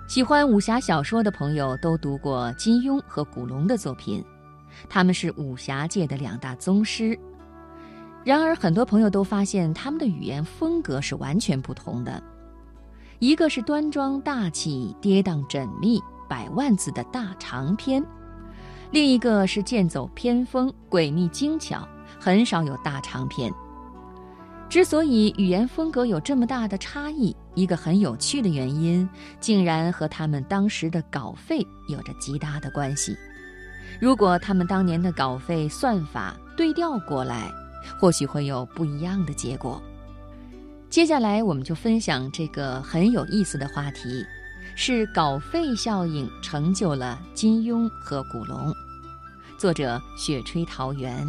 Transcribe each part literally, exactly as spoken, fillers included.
喜欢武侠小说的朋友都读过金庸和古龙的作品，他们是武侠界的两大宗师。然而很多朋友都发现他们的语言风格是完全不同的，一个是端庄大气、跌宕缜密、百万字的大长篇，另一个是剑走偏锋、诡秘精巧，很少有大长篇。之所以语言风格有这么大的差异，一个很有趣的原因，竟然和他们当时的稿费有着极大的关系。如果他们当年的稿费算法对调过来，或许会有不一样的结果。接下来我们就分享这个很有意思的话题，是稿费效应成就了金庸和古龙。作者雪吹桃源。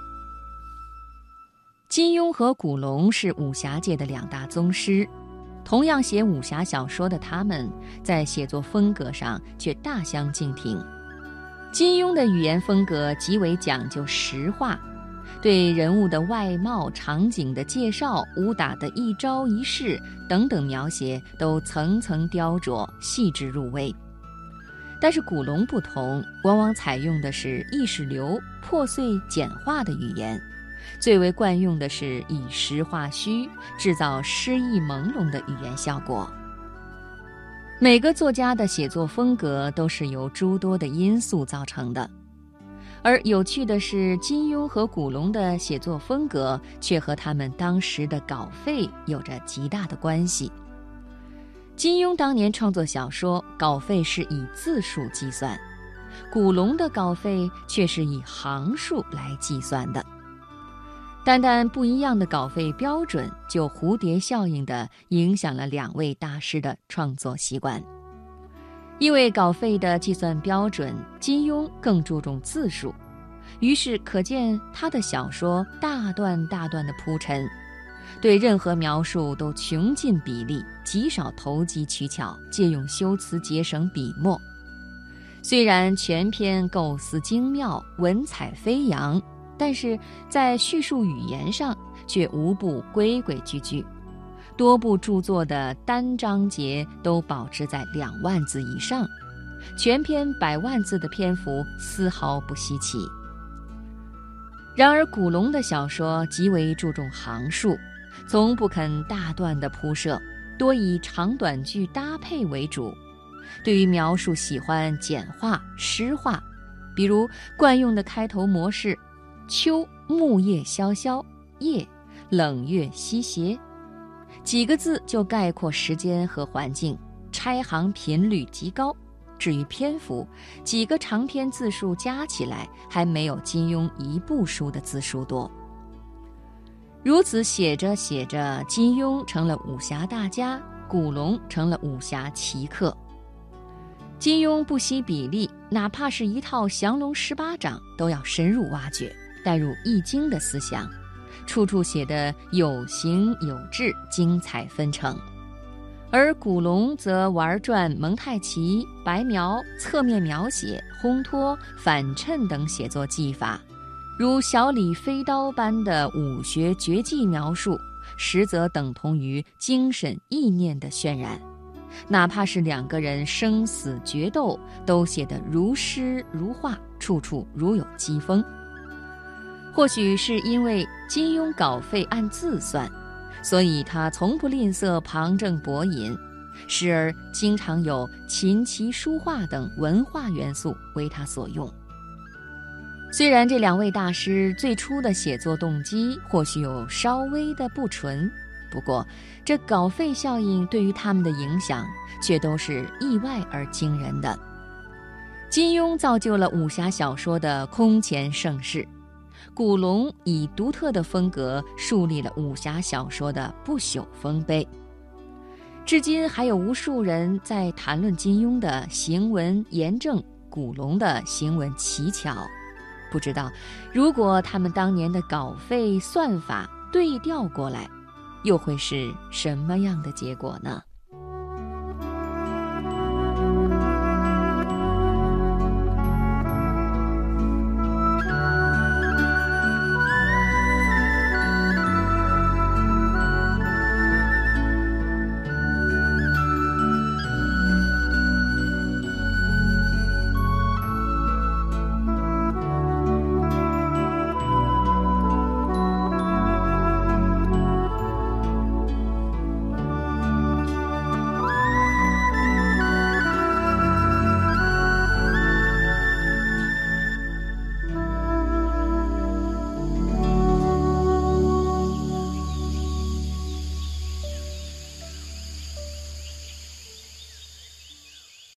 金庸和古龙是武侠界的两大宗师，同样写武侠小说的他们，在写作风格上却大相径庭。金庸的语言风格极为讲究实话，对人物的外貌、场景的介绍、武打的一招一式等等描写都层层雕琢，细致入微。但是古龙不同，往往采用的是意识流、破碎简化的语言，最为惯用的是以实化虚，制造诗意朦胧的语言效果。每个作家的写作风格都是由诸多的因素造成的，而有趣的是，金庸和古龙的写作风格却和他们当时的稿费有着极大的关系。金庸当年创作小说，稿费是以字数计算，古龙的稿费却是以行数来计算的。单单不一样的稿费标准，就蝴蝶效应地影响了两位大师的创作习惯。因为稿费的计算标准，金庸更注重字数，于是可见他的小说大段大段的铺陈，对任何描述都穷尽比例，极少投机取巧，借用修辞节省笔墨。虽然全篇构思精妙，文采飞扬，但是在叙述语言上却无不规规矩矩，多部著作的单章节都保持在两万字以上，全篇百万字的篇幅丝毫不稀奇。然而古龙的小说极为注重行数，从不肯大段的铺设，多以长短句搭配为主，对于描述喜欢简化诗化，比如惯用的开头模式，秋木叶萧萧，夜冷月西斜，几个字就概括时间和环境，拆行频率极高。至于篇幅，几个长篇字数加起来还没有金庸一部书的字数多。如此写着写着，金庸成了武侠大家，古龙成了武侠奇客。金庸不惜比例，哪怕是一套降龙十八掌都要深入挖掘，带入易经的思想，处处写得有形有致，精彩纷呈。而古龙则玩转蒙太奇、白描、侧面描写、烘托、反衬等写作技法，如小李飞刀般的武学绝技描述，实则等同于精神意念的渲染。哪怕是两个人生死决斗，都写得如诗如画，处处如有机锋。或许是因为金庸稿费按字算，所以他从不吝啬旁证博引，时而经常有琴棋书画等文化元素为他所用。虽然这两位大师最初的写作动机或许有稍微的不纯，不过这稿费效应对于他们的影响却都是意外而惊人的。金庸造就了武侠小说的空前盛世，古龙以独特的风格树立了武侠小说的不朽丰碑。至今还有无数人在谈论金庸的行文严正，古龙的行文奇巧。不知道如果他们当年的稿费算法对调过来，又会是什么样的结果呢？